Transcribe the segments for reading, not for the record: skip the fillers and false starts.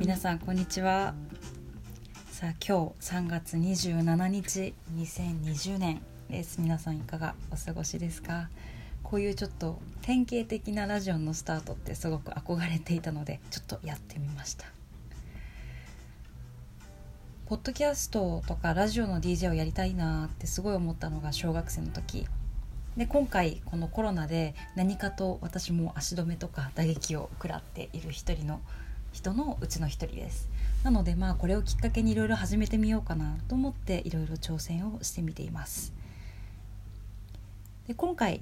皆さんこんにちは。さあ今日3月27日2020年です。皆さんいかがお過ごしですか？こういうちょっと典型的なラジオのスタートってすごく憧れていたのでちょっとやってみました。ポッドキャストとかラジオの DJ をやりたいなってすごい思ったのが小学生の時で、今回このコロナで何かと私も足止めとか打撃を食らっている一人の人のうちの一人です。なのでこれをきっかけにいろいろ始めてみようかなと思っていろいろ挑戦をしてみています。で今回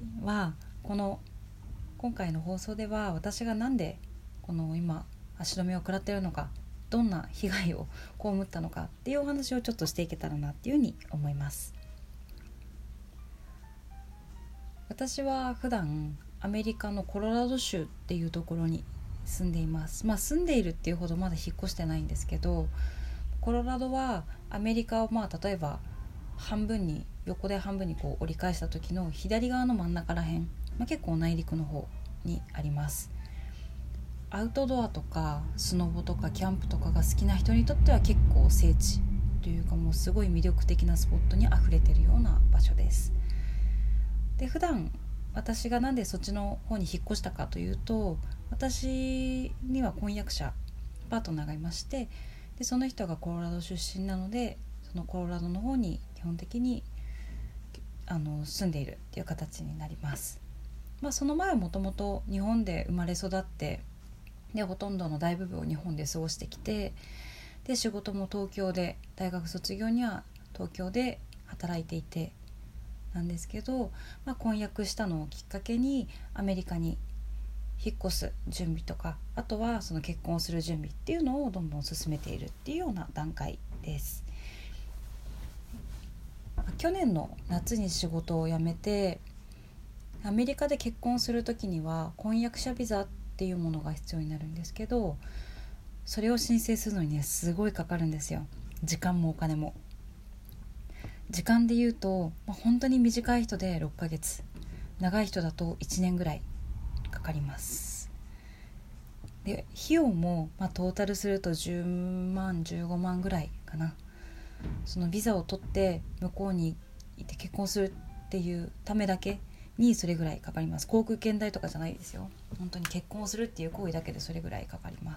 の放送では私がなんでこの今足止めを食らっているのか、どんな被害を被ったのかっていうお話をちょっとしていけたらなっていうふうに思います。私は普段アメリカのコロラド州っていうところに住んでいます。住んでいるっていうほどまだ引っ越してないんですけど、コロラドはアメリカを例えば横で半分にこう折り返した時の左側の真ん中らへん、結構内陸の方にあります。アウトドアとかスノボとかキャンプとかが好きな人にとっては結構聖地というか、もうすごい魅力的なスポットにあふれているような場所です。で普段私がなんでそっちの方に引っ越したかというと、私には婚約者パートナーがいまして、でその人がコロラド出身なので、そのコロラドの方に基本的に住んでいるっていう形になります。その前はもともと日本で生まれ育って、でほとんどの大部分を日本で過ごしてきて、で仕事も東京で、大学卒業には東京で働いていてなんですけど、婚約したのをきっかけにアメリカに引っ越す準備とか、あとはその結婚する準備っていうのをどんどん進めているっていうような段階です。去年の夏に仕事を辞めて、アメリカで結婚するときには婚約者ビザっていうものが必要になるんですけど、それを申請するのにすごいかかるんですよ。時間もお金も。時間で言うと、本当に短い人で6ヶ月、長い人だと1年ぐらいかかります。で費用も、トータルすると10万15万ぐらいかな。そのビザを取って向こうに行って結婚するっていうためだけにそれぐらいかかります。航空券代とかじゃないですよ。本当に結婚するっていう行為だけでそれぐらいかかります。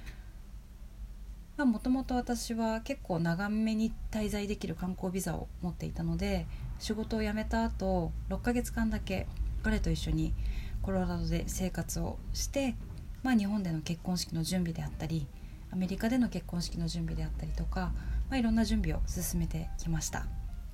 もともと私は結構長めに滞在できる観光ビザを持っていたので、仕事を辞めた後6ヶ月間だけ彼と一緒にコロラドで生活をして、日本での結婚式の準備であったり、アメリカでの結婚式の準備であったりとか、いろんな準備を進めてきました。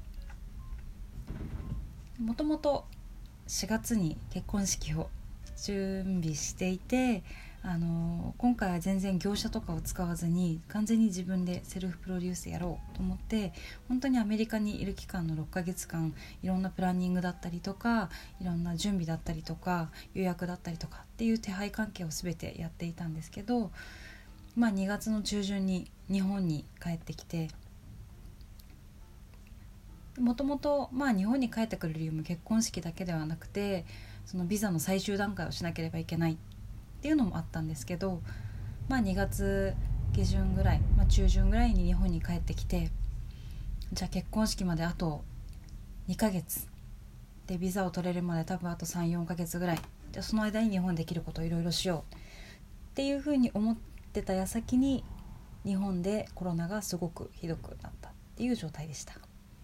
もともと4月に結婚式を準備していて、今回は全然業者とかを使わずに完全に自分でセルフプロデュースやろうと思って、本当にアメリカにいる期間の6ヶ月間、いろんなプランニングだったりとか、いろんな準備だったりとか予約だったりとかっていう手配関係を全てやっていたんですけど、2月の中旬に日本に帰ってきて、もともと日本に帰ってくる理由も結婚式だけではなくて、そのビザの最終段階をしなければいけないっていうのもあったんですけど、2月下旬ぐらい、中旬ぐらいに日本に帰ってきて、じゃあ結婚式まであと2ヶ月で、ビザを取れるまで多分あと 3,4 ヶ月ぐらい、じゃあその間に日本できることをいろいろしようっていうふうに思ってた矢先に、日本でコロナがすごくひどくなったっていう状態でした。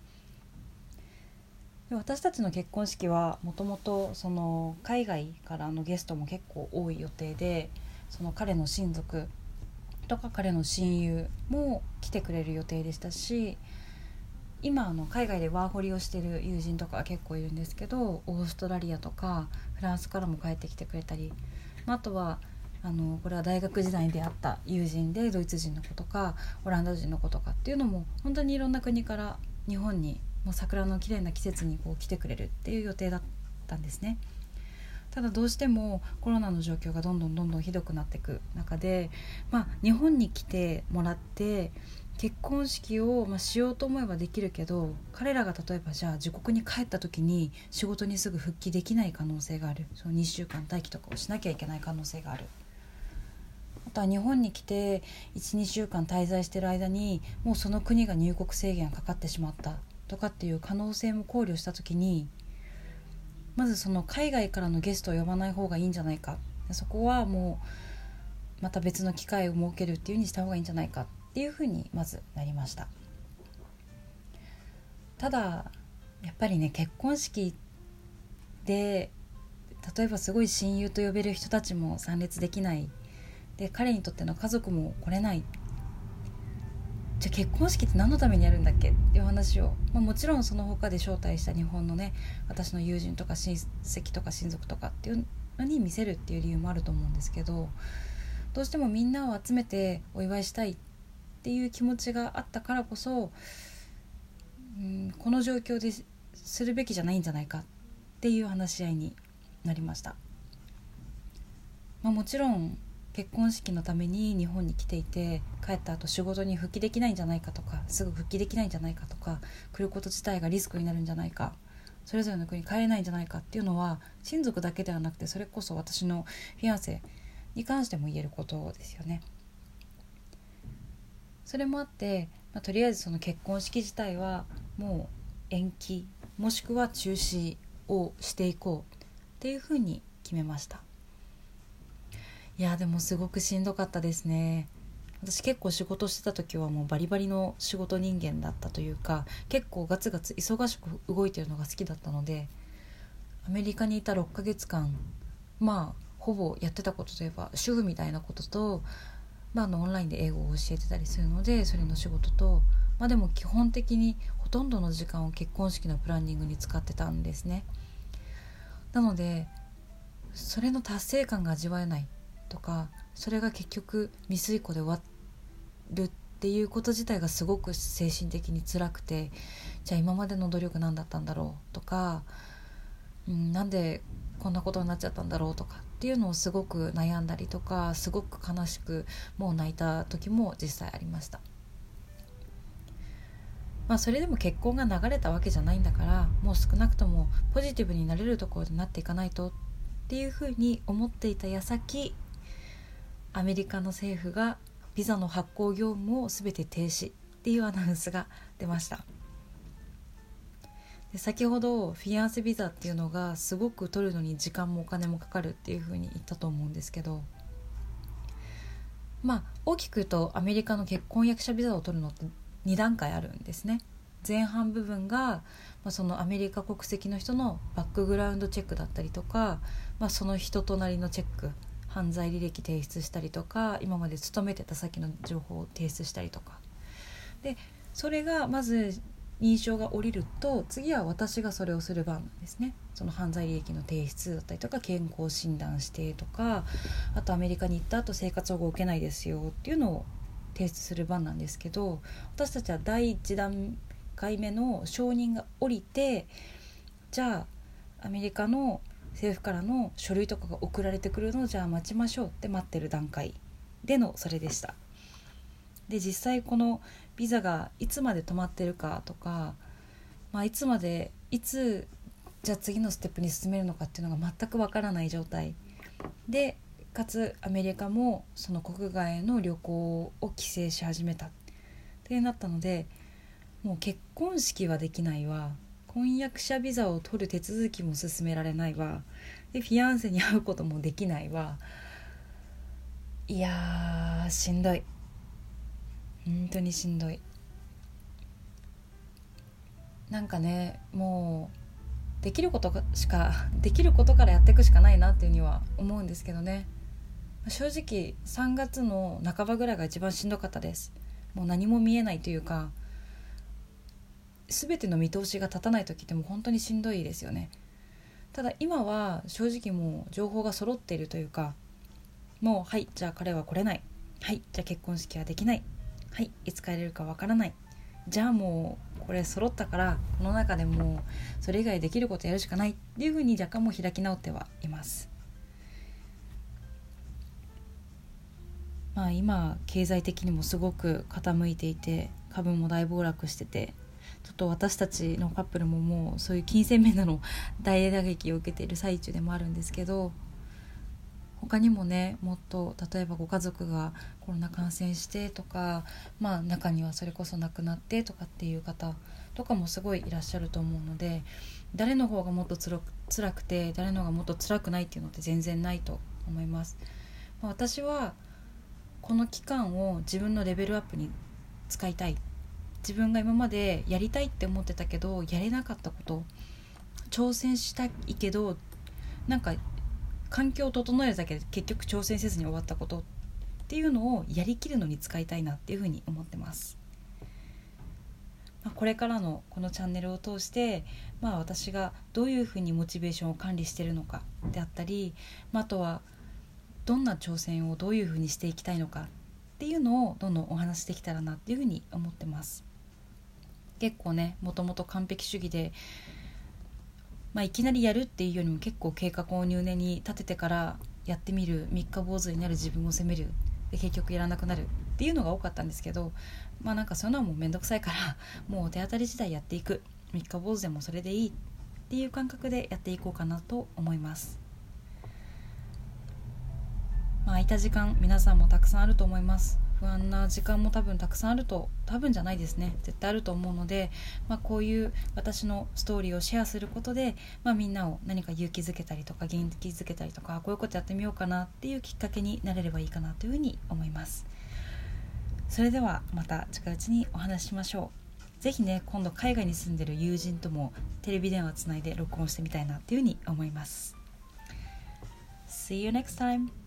私たちの結婚式はもともとその海外からのゲストも結構多い予定で、その彼の親族とか彼の親友も来てくれる予定でしたし、今海外でワーホリをしている友人とか結構いるんですけど、オーストラリアとかフランスからも帰ってきてくれたり、あとはこれは大学時代に出会った友人でドイツ人の子とかオランダ人の子とかっていうのも、本当にいろんな国から日本にもう桜の綺麗な季節に来てくれるっていう予定だったんですね。ただどうしてもコロナの状況がどんどんひどくなっていく中で、日本に来てもらって結婚式をしようと思えばできるけど、彼らが例えばじゃあ自国に帰った時に仕事にすぐ復帰できない可能性がある、その2週間待機とかをしなきゃいけない可能性があるあとは日本に来て 1,2 週間滞在している間にもうその国が入国制限がかかってしまったとかっていう可能性も考慮した時に、まずその海外からのゲストを呼ばない方がいいんじゃないか、そこはもうまた別の機会を設けるっていう風にした方がいいんじゃないかっていう風にまずなりました。ただやっぱりね、結婚式で例えばすごい親友と呼べる人たちも参列できない、で彼にとっての家族も来れない、じゃあ結婚式って何のためにやるんだっけっていう話を、もちろんその他で招待した日本のね、私の友人とか親戚とか親族とかっていうのに見せるっていう理由もあると思うんですけど、どうしてもみんなを集めてお祝いしたいっていう気持ちがあったからこそ、この状況でするべきじゃないんじゃないかっていう話し合いになりました。もちろん結婚式のために日本に来ていて、帰った後仕事に復帰できないんじゃないかとか、すぐ復帰できないんじゃないかとか、来ること自体がリスクになるんじゃないか、それぞれの国帰れないんじゃないかっていうのは親族だけではなくて、それこそ私のフィアンセに関しても言えることですよね。それもあって、とりあえずその結婚式自体はもう延期もしくは中止をしていこうっていうふうに決めました。いやでもすごくしんどかったですね。私結構仕事してた時はもうバリバリの仕事人間だったというか、結構ガツガツ忙しく動いてるのが好きだったので、アメリカにいた6ヶ月間ほぼやってたことといえば主婦みたいなことと、オンラインで英語を教えてたりするのでそれの仕事と、でも基本的にほとんどの時間を結婚式のプランニングに使ってたんですね。なのでそれの達成感が味わえないとか、それが結局未遂行で終わるっていうこと自体がすごく精神的に辛くて、じゃあ今までの努力何だったんだろうとか、なんでこんなことになっちゃったんだろうとかっていうのをすごく悩んだりとか、すごく悲しくもう泣いた時も実際ありました。それでも結婚が流れたわけじゃないんだから、もう少なくともポジティブになれるところになっていかないとっていうふうに思っていた矢先、アメリカの政府がビザの発行業務を全て停止っていうアナウンスが出ました。で先ほどフィアンセビザっていうのがすごく取るのに時間もお金もかかるっていうふうに言ったと思うんですけど、大きく言うとアメリカの結婚約者ビザを取るのって2段階あるんですね。前半部分が、そのアメリカ国籍の人のバックグラウンドチェックだったりとか、その人となりのチェック、犯罪履歴提出したりとか、今まで勤めてた先の情報を提出したりとかで、それがまず認証が下りると、次は私がそれをする番なんですね。その犯罪履歴の提出だったりとか、健康診断指定とか、あとアメリカに行った後生活保護を受けないですよっていうのを提出する番なんですけど、私たちは第1段階目の承認が下りて、じゃあアメリカの政府からの書類とかが送られてくるのをじゃあ待ちましょうって待ってる段階でのそれでした。で実際このビザがいつまで止まってるかとか、いつじゃあ次のステップに進めるのかっていうのが全くわからない状態で、かつアメリカもその国外への旅行を規制し始めたってなったので、もう結婚式はできないわ、婚約者ビザを取る手続きも進められないわ、でフィアンセに会うこともできないわ。いやーしんどい、本当にしんどい。なんかね、もうできることからやっていくしかないなっていうには思うんですけどね。正直3月の半ばぐらいが一番しんどかったです。もう何も見えないというか、全ての見通しが立たない時ってもう本当にしんどいですよね。ただ今は正直もう情報が揃っているというか、もうはい、じゃあ彼は来れない、はい、じゃあ結婚式はできない、はい、いつ帰れるかわからない、じゃあもうこれ揃ったからこの中でもうそれ以外できることやるしかないっていう風に若干もう開き直ってはいます。今経済的にもすごく傾いていて、株も大暴落してて、ちょっと私たちのカップルももうそういう金銭面での大打撃を受けている最中でもあるんですけど、 他にもね、もっと例えばご家族がコロナ感染してとか、中にはそれこそ亡くなってとかっていう方とかもすごいいらっしゃると思うので、誰の方がもっと辛くて誰の方がもっと辛くないっていうのって全然ないと思います。私はこの期間を自分のレベルアップに使いたい、自分が今までやりたいって思ってたけどやれなかったこと、挑戦したいけどなんか環境を整えるだけで結局挑戦せずに終わったことっていうのをやりきるのに使いたいなっていうふうに思ってます。これからのこのチャンネルを通して、私がどういうふうにモチベーションを管理しているのかであったり、あとはどんな挑戦をどういうふうにしていきたいのかっていうのをどんどんお話しできたらなっていうふうに思ってます。結構ね、もともと完璧主義で、いきなりやるっていうよりも結構計画を入念に立ててからやってみる、三日坊主になる自分を責める、で結局やらなくなるっていうのが多かったんですけど、なんかそういうのはもうめんどくさいからもう手当たり次第やっていく、三日坊主でもそれでいいっていう感覚でやっていこうかなと思います。空いた時間皆さんもたくさんあると思います。不安な時間も多分たくさんあると、多分じゃないですね、絶対あると思うので、こういう私のストーリーをシェアすることで、みんなを何か勇気づけたりとか元気づけたりとか、こういうことやってみようかなっていうきっかけになれればいいかなというふうに思います。それではまた近いうちにお話ししましょう。ぜひね、今度海外に住んでる友人ともテレビ電話つないで録音してみたいなっていうふうに思います。See you next time!